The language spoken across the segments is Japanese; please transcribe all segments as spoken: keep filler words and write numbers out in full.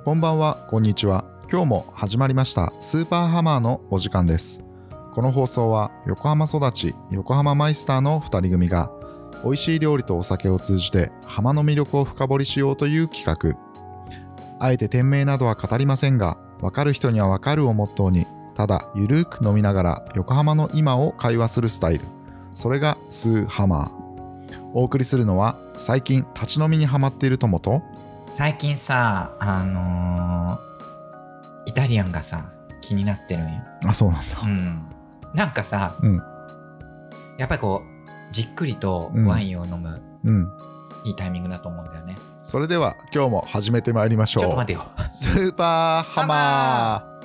こんばんは、こんにちは。今日も始まりましたスーパーハマーのお時間です。この放送は横浜育ち横浜マイスターのふたり組が美味しい料理とお酒を通じて浜の魅力を深掘りしようという企画。あえて店名などは語りませんが、わかる人にはわかるをモットーに、ただゆるーく飲みながら横浜の今を会話するスタイル、それがスーハマー。お送りするのは最近立ち飲みにハマっている友と、 最近さ、あのー、イタリアンがさ気になってるんよ。 あ、そうなんだ。 うん、なんかさ、うん、やっぱりこうじっくりとワインを飲む、うんうん、いいタイミングだと思うんだよね。 それでは今日も始めてまいりましょう。 ちょっと待てよ。 スーパーハマー。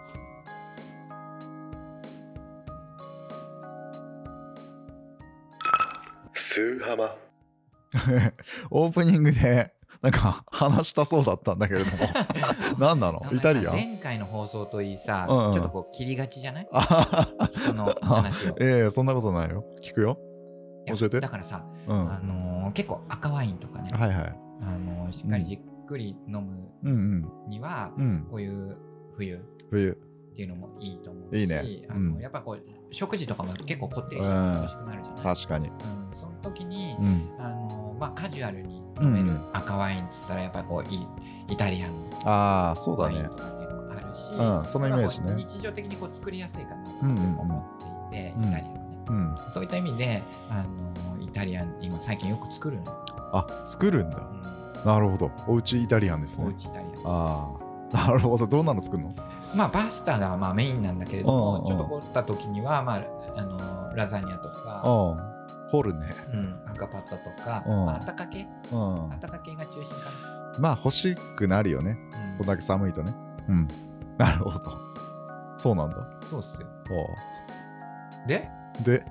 スーハマオープニングでなんか話したそうだったんだけれども何なの？イタリアン？ 前回の放送といいさ、うんうん、ちょっとこう切りがちじゃない？人の話を。 ええー、そんなことないよ。聞くよ。教えて。 だからさ、うん、あのー、結構赤ワインとかね、 はいはい、 あのー、しっかりじっくり飲むには、うんうん、こういう冬冬っていうのもいいと思うし、 いいね、 あのーうん、やっぱこう食事とかも結構こってりして欲しくなるじゃない？ 確かに、うん、 その時に、うん、あのー、まあカジュアルに飲める赤ワインっつったらやっぱりこういいイタリアンのああそうだねワインとかっていうのもあるし、 うん、そのイメージね。 日常的にこう作りやすいかなと思っていて、うんうんうん、イタリアンはね、うん、そういった意味であのイタリアン今最近よく作るの。 あ、作るんだ、うん、なるほど。おうちイタリアンですね。 おうちイタリアンです。 ああ、なるほど。どんなの作るの？ まあパスタがまあメインなんだけれども、ちょっと凝った時にはまああのラザニアとか、 掘るね、 うん、赤パッタとか、まあ、あったか系、うん、あったか系が中心かな。 まあ欲しくなるよね、うん、こんだけ寒いとね。うん、なるほど。そうなんだ。 そうっすよ。 おでで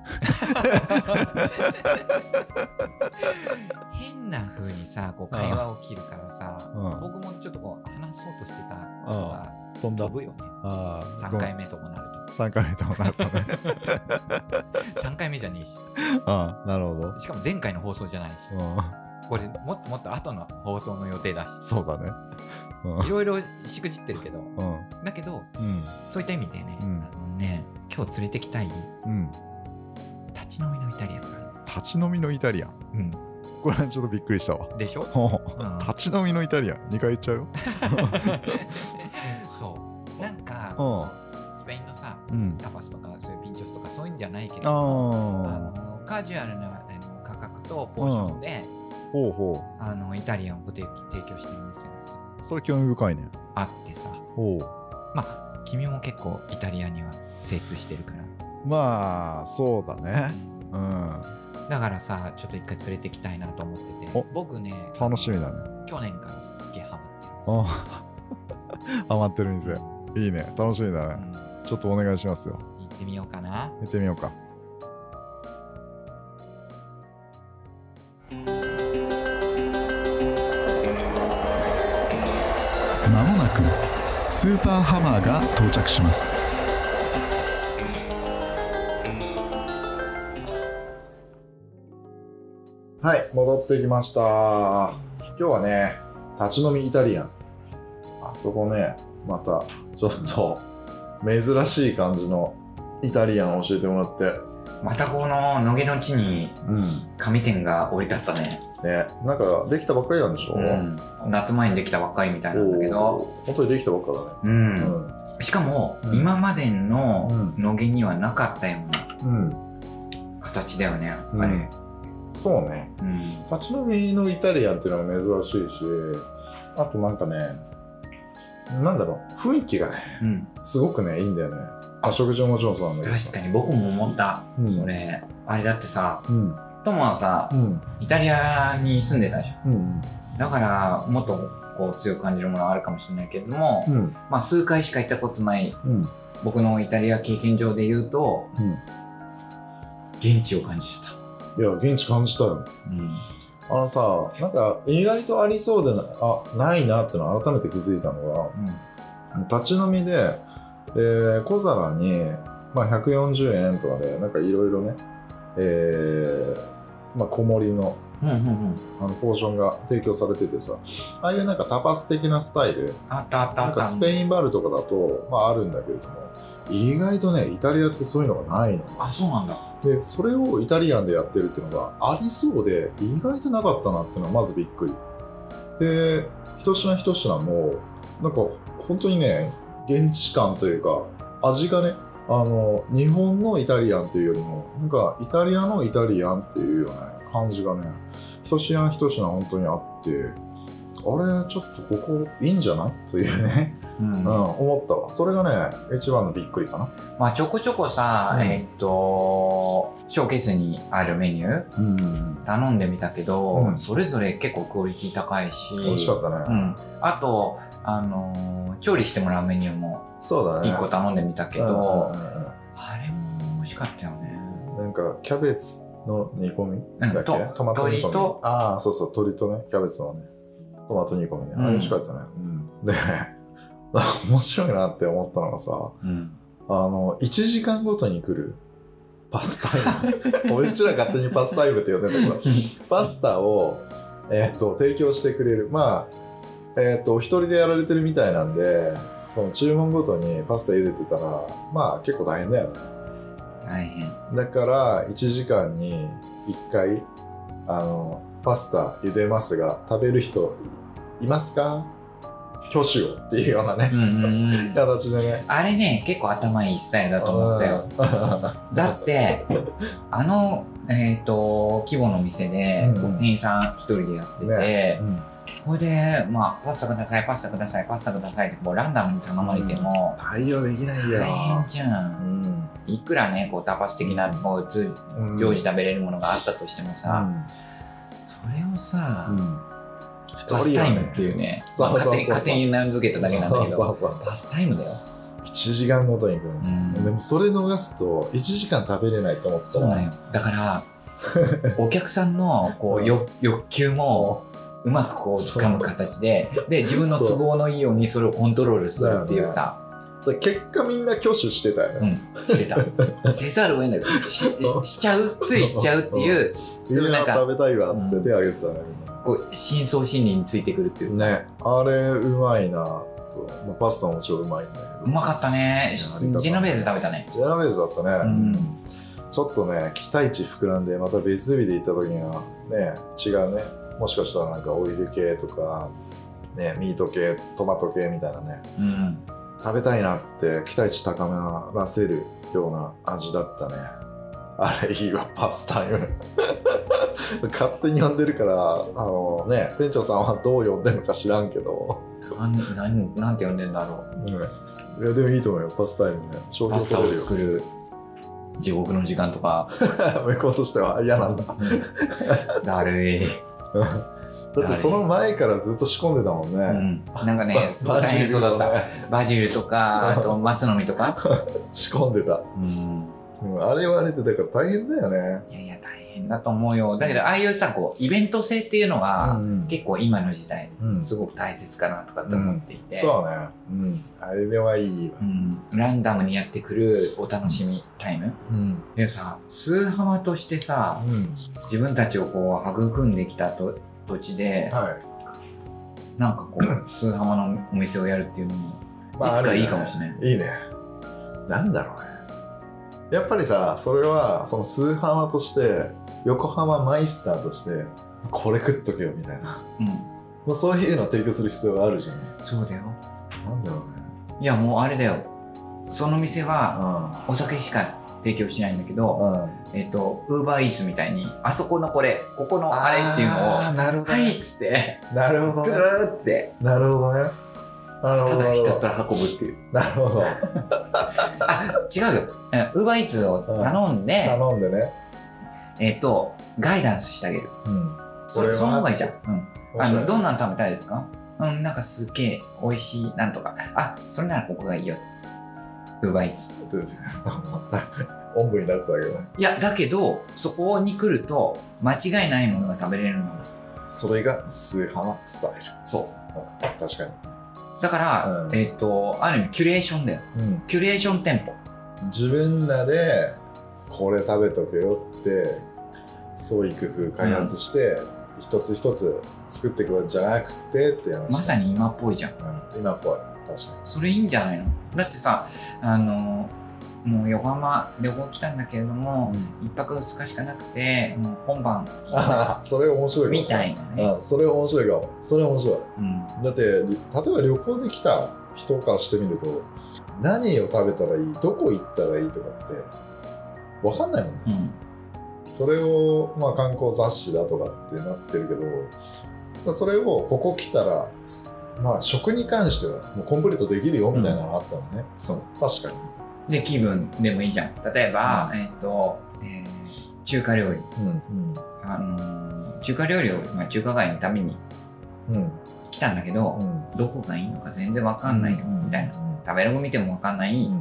変な風にさこう会話を切るからさ、僕もちょっとこう話そうとしてたのが飛ぶよね。あさんかいめともなるとさんかいめともなるとねさんかいめじゃねえし。 ああ、なるほど。 しかも前回の放送じゃないし、これもっともっと後の放送の予定だし。 そうだね。 いろいろしくじってるけど、うん、だけど、うん、そういった意味でね、うん、あのね今日連れてきたい、うん、立ち飲みのイタリアンがある。 立ち飲みのイタリアン、うん、これちょっとびっくりしたわ。 でしょ、 うん、立ち飲みのイタリアンにかい言っちゃうよそうなんか、うん、スペインのさ、うん、タパスとかそういうピンチョスとかそういうんじゃないけど、あのカジュアルな価格とポーションで、うん、ほうほうあのイタリアンを提供してる店です。 それ興味深いね。 あってさ、おまあ君も結構イタリアンには精通してるから。 まあそうだね、うん、 だからさちょっと一回連れてきたいなと思ってて。僕ね楽しみだね。 去年からすっげえハマってる。 ハマってる店いいね。楽しみだね、うん、ちょっとお願いしますよ。 行ってみようかな。 行ってみようか。まもなくスーパーハマーが到着します。はい、戻ってきました。今日はね、立ち飲みイタリアン。あそこね、またちょっと珍しい感じのイタリアンを教えてもらって。 またこの野毛の地に紙店が降り立ったね。 ね、なんかできたばっかりなんでしょ、うん、 夏前にできたばっかりみたいなんだけど、 本当にできたばっかだね。うん、 うん、しかも、うん、今までの野毛にはなかったような、うん、形だよね、やっぱり。うん、 そうね、うん、立ち飲みのイタリアンっていうのが珍しいし、あとなんかね、なんだろう、雰囲気がね、うん、すごくねいいんだよね。あ、食事ももちろんそうなんだけど。 確かに僕も思った、うん、それ。あれだってさ、うん、トモはさ、うん、イタリアに住んでたでしょ、うんうん、だからもっとこう強く感じるものはあるかもしれないけれども、うん、まあ数回しか行ったことない、うん、僕のイタリア経験上で言うと、うん、現地を感じてた。 いや、現地感じたよ、うん、あのさ、なんか意外とありそうで な, あないなってのを改めて気づいたのが、うん、立ち飲みで、で小皿に、まあ、ひゃくよんじゅうえんとかでなんかいろいろね、えー、 まあ、小盛りのうんうんうん、 あのポーションが提供されててさ、ああいうなんかタパス的なスタイル、 あったあったあった。 なんかスペインバルとかだと、まああるんだけれども、意外とね、イタリアってそういうのがないの。 あ、そうなんだ。 で、それをイタリアンでやってるっていうのがありそうで、意外となかったなっていうのはまずびっくり。で、一品一品も、なんか本当にね、現地感というか、味がね、あの、日本のイタリアンっていうよりも、なんかイタリアのイタリアンっていうような感じがね、一品一品本当にあって、あれ、ちょっとここいいんじゃないというね、うん、うん、思ったわ。それがね、一番のびっくりかな。 まあちょこちょこさ、うん、えー、っと、ショーケースにあるメニュー、うん、頼んでみたけど、うん、それぞれ結構クオリティ高いし、 美味しかったね。 うん、あと、あのー、調理してもらうメニューもいっこ頼んでみたけど、あれも美味しかったよね。 なんかキャベツの煮込みだっけ、うん、 とトマト煮込みとああそうそう鶏とねキャベツのねトマト煮込みね、うん、あれ美味しかったね、うん、で面白いなって思ったのがさ、うん、あのいちじかんごとに来るパスタイム俺ちら勝手にパスタイムって呼んでんだけどパスタを、えー、っと提供してくれるまあえー、っとお一人でやられてるみたいなんでその注文ごとにパスタ茹でてたらまあ結構大変だよね。 大変だからいちじかんにいっかいあのパスタ茹でますが食べる人いますか挙手をっていうようなね、うんうんうん、形でねあれね結構頭いいスタイルだと思ったよだってあの、えー、と規模の店で、うん、店員さん一人でやってて、ねうんこれで、まあ、パスタください、パスタください、パスタくださいってこうランダムに頼まれても、 うん、対応できないよ。 大変じゃん。うん、いくらね、こうタパス的な、こう通常時食べれるものがあったとしてもさ、うん、それをさ、うん、パスタイムっていうね、勝手に名付けただけなんだけど、そうそうそうパスタイムだよ。 いちじかんごとに来る、うん、でもそれ逃すといちじかん食べれないと思ったら。 そうなんよ。だから、お客さんのこう欲求も、うまくこう掴む形で、で、自分の都合のいいようにそれをコントロールするっていうさ。 結果みんな挙手してたよね。 うん、してた。せざるを得ないけど、し、しちゃう、ついしちゃうっていう、 みんな食べたいわっつって手あげてたね、みんな。 こう、深層心理についてくるっていう。 ね、あれうまいなと。まあ、パスタももちろんうまいんだけど。 うまかったね。ジェノベーゼ食べたね。 ジェノベーゼだったね。うん、ちょっとね、期待値膨らんで、また別日で行った時にはね、違うね。もしかしたらなんかオイル系とか、ね、ミート系、トマト系みたいなね、うん、食べたいなって期待値高めらせるような味だったね。あれいいわ、パスタイム。勝手に呼んでるから、あのね、店長さんはどう呼んでるのか知らんけど。 なん、なん、なんて呼んでんだろう。 うん、いや、でもいいと思うよ、パスタイムね。 商品取れるよ。パスタを作る地獄の時間とか。 向こうとしては嫌なんだ。 だるい。 だってその前からずっと仕込んでたもんね、 うん、なんかね大変そうだった、ね、バジルとかあと松の実とか仕込んでた、うんうん、あれはあれってだから大変だよね。 いやいや大変だと思うよ。だけどああいうさこうイベント性っていうのは、うん、結構今の時代、うん、すごく大切かなとかって思っていて、 うん、そうね、うん、あれではいいわ、 うん、ランダムにやってくるお楽しみタイム、うん、でさスーハマとしてさ、うん、自分たちをこう育んできたと土地で、はい、なんかこうスーハマのお店をやるっていうのも、まあ、いつかいいかもしれない、 ね、いいね。なんだろうね、やっぱりさそれはそのスーハマとして横浜マイスターとしてこれ食っとけよみたいな、うん、もうそういうのを提供する必要があるじゃん。 そうだよ。 なんだろうね。 いやもうあれだよ、その店はお酒しか提供しないんだけど、うん、えっとウーバーイーツみたいにあそこのこれここのあれっていうのをあなるほど、ね、 はいっつってなるほどね、 ずーってなるほどね、なるほど、 ただひたすら運ぶっていう。 なるほど。 あ違うよ、ウーバーイーツを頼んで、 うん、頼んでね、 えっとガイダンスしてあげる、うん、それその方がいいじゃん、うん、あのどんなの食べたいですか、うん、なんかすっげえ美味しいなんとか、あそれならここがいいよ、ウーバーイーツ。 おんぶになったわけね。 いやだけどそこに来ると間違いないものが食べれるの。 それがスーハマスタイル。 そう、 確かに。 だから、うん、えっとある意味キュレーションだよ、うん、キュレーション店舗。 自分らでこれ食べとけよって創意工夫開発して、うん、一つ一つ作っていくんじゃなくてって話。 まさに今っぽいじゃん、 うん、今っぽい。確かにそれいいんじゃないの。だってさ、あのもう横浜旅行来たんだけれども、うん、一泊二日しかなくてもう本番あそれ面白いかもみたいなね。 あそれ面白いかも。それ面白い、 うん、 だって例えば旅行で来た人からしてみると何を食べたらいい、どこ行ったらいいとかって分かんないもんね、うん、それを、まあ、観光雑誌だとかってなってるけど、それをここ来たらまあ食に関してはもうコンプリートできるよみたいなのがあったのね、うん、そう確かに。 で気分でもいいじゃん。例えば、うん、えっ、ー、と、えー、中華料理、うんうん、あのー、中華料理を、まあ、中華街のために来たんだけど、うん、どこがいいのか全然わかんないよ、うん、みたいな、うん、食べログ見てもわかんない、うん、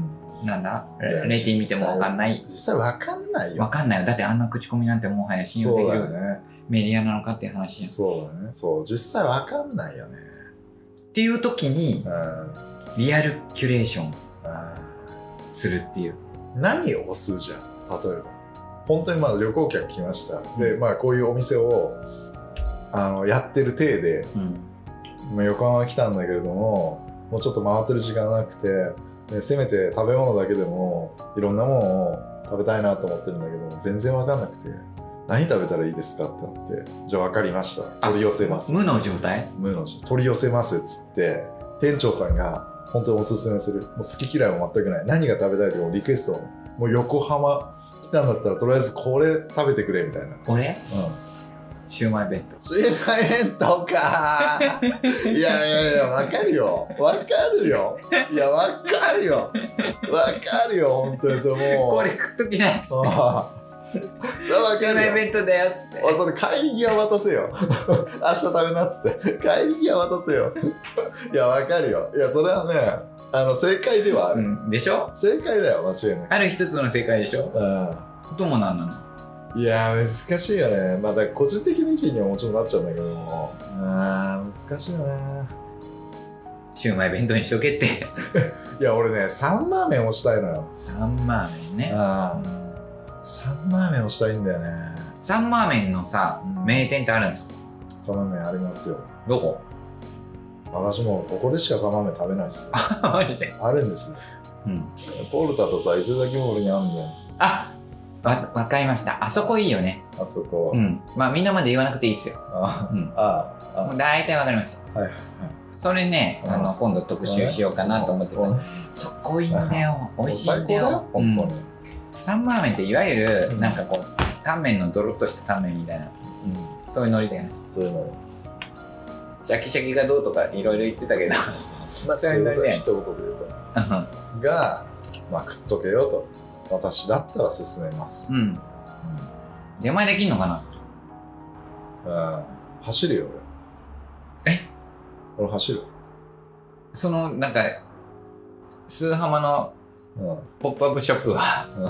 なんだレーティング見てもわかんない。 実際わかんないよ。 わかんないよ。だってあんな口コミなんてもはや信用できる、ね、メディアなのかっていう話じゃん。 そうだね。そう実際わかんないよねっていう時に、うん、リアルキュレーション、うんするっていう。 何を押すじゃん。例えば本当にまあ旅行客来ました、うん、でまあこういうお店をあのやってる体で、うんまあ、横浜来たんだけれどももうちょっと回ってる時間なくて、ね、せめて食べ物だけでもいろんなものを食べたいなと思ってるんだけど全然分かんなくて何食べたらいいですかってなってじゃあ分かりました取り寄せます無の状態無の状態取り寄せますっつって店長さんが本当におすすめする。もう好き嫌いも全くない。何が食べたいとかリクエストを。もう横浜来たんだったらとりあえずこれ食べてくれみたいな。 これ？うん。シウマイ弁当。 シウマイ弁当かー。いやいやいや、わかるよ。わかるよ。いや、わかるよ。わかるよ、本当にそれもう。 これ食っときなっつって。シウマイ弁当だよっつって。 おそれ帰り際渡せよ。明日食べなっつって。帰り際渡せよ。いや、わかるよ。いや、それはね、あの、正解ではある。うん、 でしょ？ 正解だよ、間違いない。 ある一つの正解でしょ？うん。どうもなんなの？ いやー、難しいよね。まあ、だ個人的な意見にはもちろんなっちゃうんだけども。あー、難しいよね。 シウマイ弁当にしとけって。 いや、俺ね、サンマーメンをしたいのよ。 サンマーメンね。 あー。サンマーメンをしたいんだよね。 サンマーメンのさ、うん、名店ってあるんですか？ サンマーメンありますよ。 どこ？ 私もここでしかサンマーメン食べないっす。 マジで？ あるんですよ。うん。ポルタとさ、伊勢崎モールにあるんだよ。 あ、わ、わかりました。あそこいいよね。 あそこ。 うん。まあみんなまで言わなくていいっすよ。 あ、うん、ああ。 もう大体わかりました。はいはいはい。それね、あの、今度特集しようかなと思ってた。そこいいんだよ。美味しいんだよ。本当に。サンマーメンっていわゆる、うん、なんかこうタンメンのドロッとしたタンメンみたいな、うん、そういうノリだよね。 そういうのシャキシャキがどうとかいろいろ言ってたけどまあそういうの一言で言うとが、まあ、食っとけよと私だったら勧めます。うん、うん、 出前できんのかな？ ああ、走るよ俺。え？俺走る。 そのなんかスーハマのうん、ポップアップショップは、うん、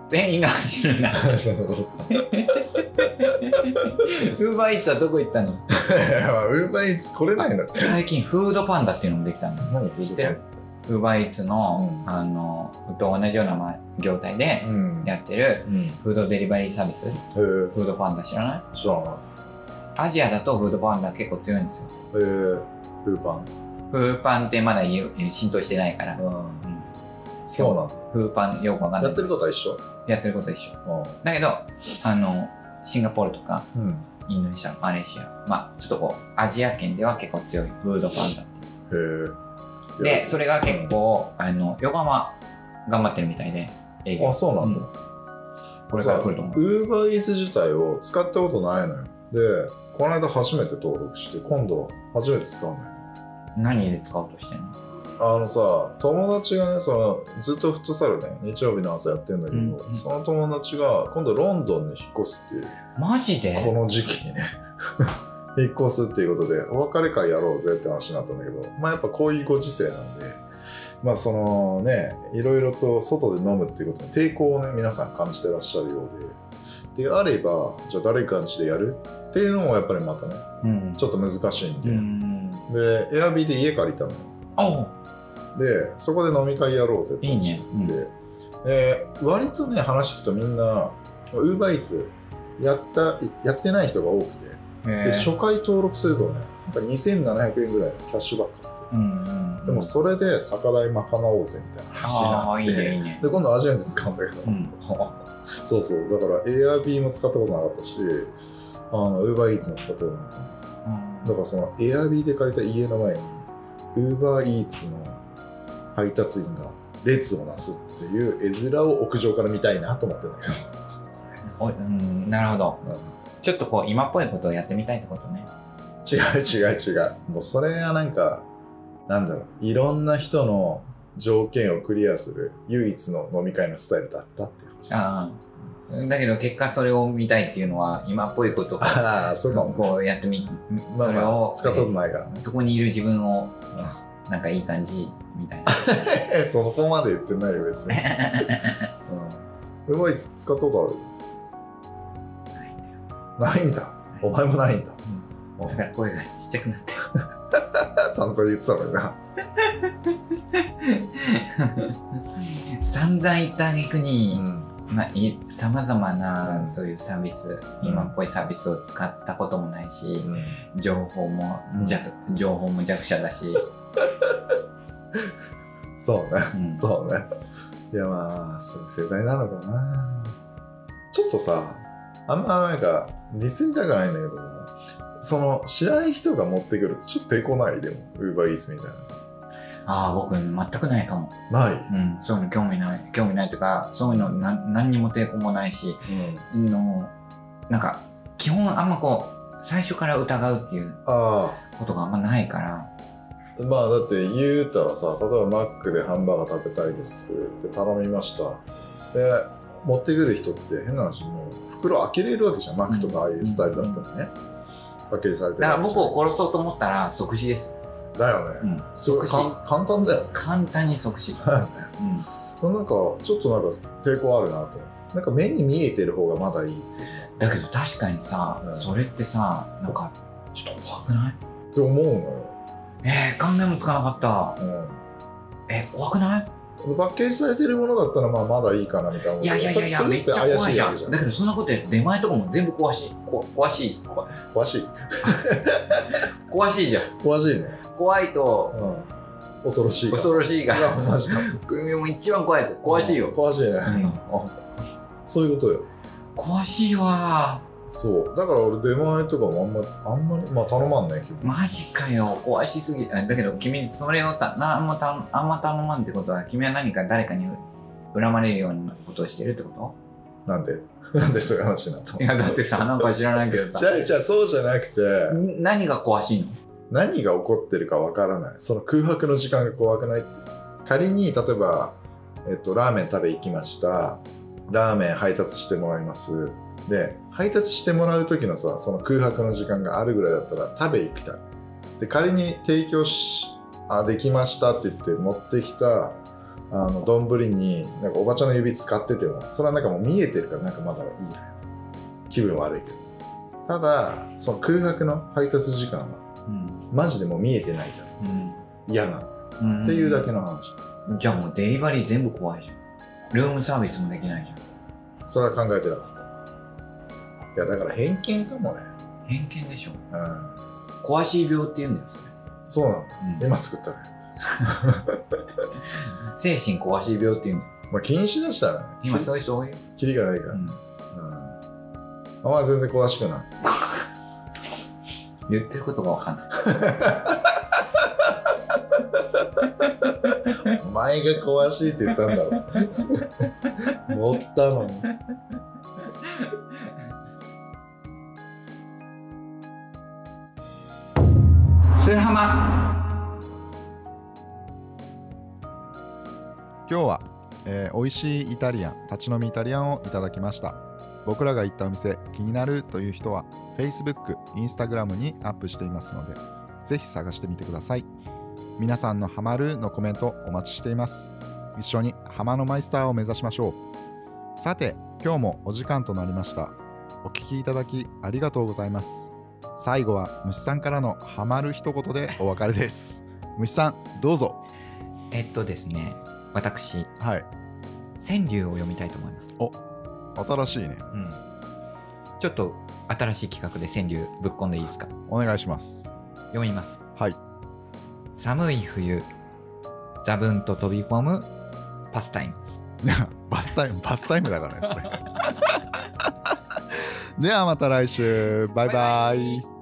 店員が走るんだ。スーパーイーツはどこ行ったの？ウーバーイーツ来れないんだって。 最近フードパンダっていうのもできたんだ。 何知ってる？ウーバーイーツの、うん、あのと同じような業態でやってるフードデリバリーサービス、うん、フードパンダ知らない？ 知らない。 アジアだとフードパンダ結構強いんですよ。 へー、フーパンフーパンってまだ浸透してないから、うんうん、 そうなんだ。 フーパンよくわかんない。 やってることは一緒？ やってることは一緒。だけど、あの、シンガポールとか、うん、インドネシア、マレーシア、まあちょっとこう、アジア圏では結構強いフードパンダっていう。へー。で、それが結構、あの、横浜頑張ってるみたいで、営業。 あ、そうなんだ。うん、 これから来ると思う。 ウーバーイーツ自体を使ったことないのよ。で、この間初めて登録して、今度初めて使うのよ。 何で使おうとしてんの？ あのさ、友達がね、そのずっとフットサルね、日曜日の朝やってんだけど、うんうん、その友達が今度ロンドンに引っ越すっていう。 マジで？ この時期にね。引っ越すっていうことで、お別れ会やろうぜって話になったんだけど、まあやっぱこういうご時世なんで、まあそのね、いろいろと外で飲むっていうことに抵抗をね、皆さん感じてらっしゃるようで、であれば、じゃあ誰かん家でやるっていうのもやっぱりまたね、うん、ちょっと難しいんで、うん、で、エアビーで家借りたのよ。 あで、そこで飲み会やろうぜって話で、いいね、うん、えー、割とね、話聞くとみんな、ウーバーイーツやったやってない人が多くて、で初回登録するとねにせんななひゃくえんぐらいのキャッシュバックあって、うんうんうん、でもそれで酒代賄おうぜみたいな話になって、あいいねいいね、で今度アジアンで使うんだけど、うん、そうそうだから Airb も使ったことなかったし、あの UberEats も使ったことなかった、うん、だからその Airb で借りた家の前に UberEats の配達員が列をなすっていう絵面を屋上から見たいなと思ってるんだけどお、うん、なるほど、うん、ちょっとこう今っぽいことをやってみたいってことね。 違う違う違う、もうそれがなんかなんだろう、いろんな人の条件をクリアする唯一の飲み会のスタイルだったっていう。 ああ、だけど結果それを見たいっていうのは今っぽいことをああそうかもこうやってみ、 まあ、それを使ったことないからね、 そこにいる自分を、うん、なんかいい感じみたいなそこまで言ってないよ別にうん、うまい使ったことある？ないんだよ。ないんだ。お前もないんだ。 うん、だから声がちっちゃくなって散々言ってたのにな散々言った挙句に、うん、まあさまざまなそういうサービス、うん、今っぽいサービスを使ったこともないし、うん、情報も弱、うん、情報も弱者だしそうね、うん、そうね。いやまあそういう世代なのかな。ちょっとさ、あんまなんかディスりたくないんだけども、その知らない人が持ってくるとちょっと抵抗ない？でも UberEats みたいな。 ああ、僕全くないかも。 ない？ うん、そういうの興味ない興味ないというか、そういうのな何にも抵抗もないし、うん、のなんか基本あんまこう最初から疑うっていうことがあんまないから。 まあだって言うたらさ、例えばマックでハンバーガー食べたいですって頼みました。で持ってくる人って変な話、もう袋開けれるわけじゃん、マックとかああいうスタイルだったらね、パッケージされてる。 だから僕を殺そうと思ったら即死です。 だよね、うん、即死。簡単だよね。 簡単に即死だよね、うん、なんかちょっとなんか抵抗あるなと。なんか目に見えてる方がまだいいっていう。 だけど確かにさ、うん、それってさ、なんかちょっと怖くないって思うのよ。 えー、考えもつかなかった、うん、えー、怖くない？ パッケージされてるものだったらまあまだいいかなみたいな。 いやいやいやいや、めっちゃ怖いじゃん。だけどそんなことで出前とかも全部壊し壊しい壊しい壊しいじゃん。 壊しいね。 怖いと、 うん、恐ろしい恐ろしいがマジだもう一番怖いです。詳しいよ。 詳しいね、うん、そういうことよ。 詳しいわ。 そうだから俺出前とかもあんまりあんまりまあ頼まんね。 マジかよ、怖しすぎ。だけど君それをたなんもたあんま頼まんってことは、君は何か誰かに恨まれるようなことをしてるってこと？ なんでなんでそういう話になったの？ いやだってさ、なんか知らないけどさ。 じゃあじゃあそうじゃなくて、 何が怖しいの？ 何が起こってるかわからない。その空白の時間が怖くない？仮に例えば、えっと、ラーメン食べ行きました。ラーメン配達してもらいます。で配達してもらう時のさ、その空白の時間があるぐらいだったら食べ行きたい。で仮に提供しあできましたって言って持ってきたあの丼になんかおばちゃんの指使ってても、それはなんかもう見えてるからなんかまだいいね。気分悪いけど。ただその空白の配達時間は、うん、マジでもう見えてないから、うん、嫌な、うん、っていうだけの話。 じゃあもうデリバリー全部怖いじゃん。ルームサービスもできないじゃん。それは考えてなかった。いやだから偏見かもね。 偏見でしょ。うん。壊し病って言うんだよそれ。 そうなんだ。うん、今作ったね。 精神壊し病って言うんだよ。 まあ禁止だしたらね。 今そういうそういう。 キリがないから。うん。うん、あまあ全然詳しくない。 言ってることがわかんない。 お前が詳しいって言ったんだろ。乗ったのに。 スーハマ。 今日は、えー、美味しいイタリアン、立ち飲みイタリアンをいただきました。僕らが行ったお店気になるという人は Facebook、Instagram にアップしていますので、ぜひ探してみてください。皆さんのハマるのコメントお待ちしています。一緒にハマのマイスターを目指しましょう。さて今日もお時間となりました。お聞きいただきありがとうございます。最後は虫さんからのハマる一言でお別れです。虫さんどうぞ。 えっとですね、私、 はい、 川柳を読みたいと思います。 お、新しいね。うん。 ちょっと新しい企画で川柳ぶっこんでいいですか？ お願いします。 読みます。 はい。 寒い冬、座布と飛び込むパスタイム。 バスタイム、バスタイムだからね、それ。ではまた来週。バイバイ。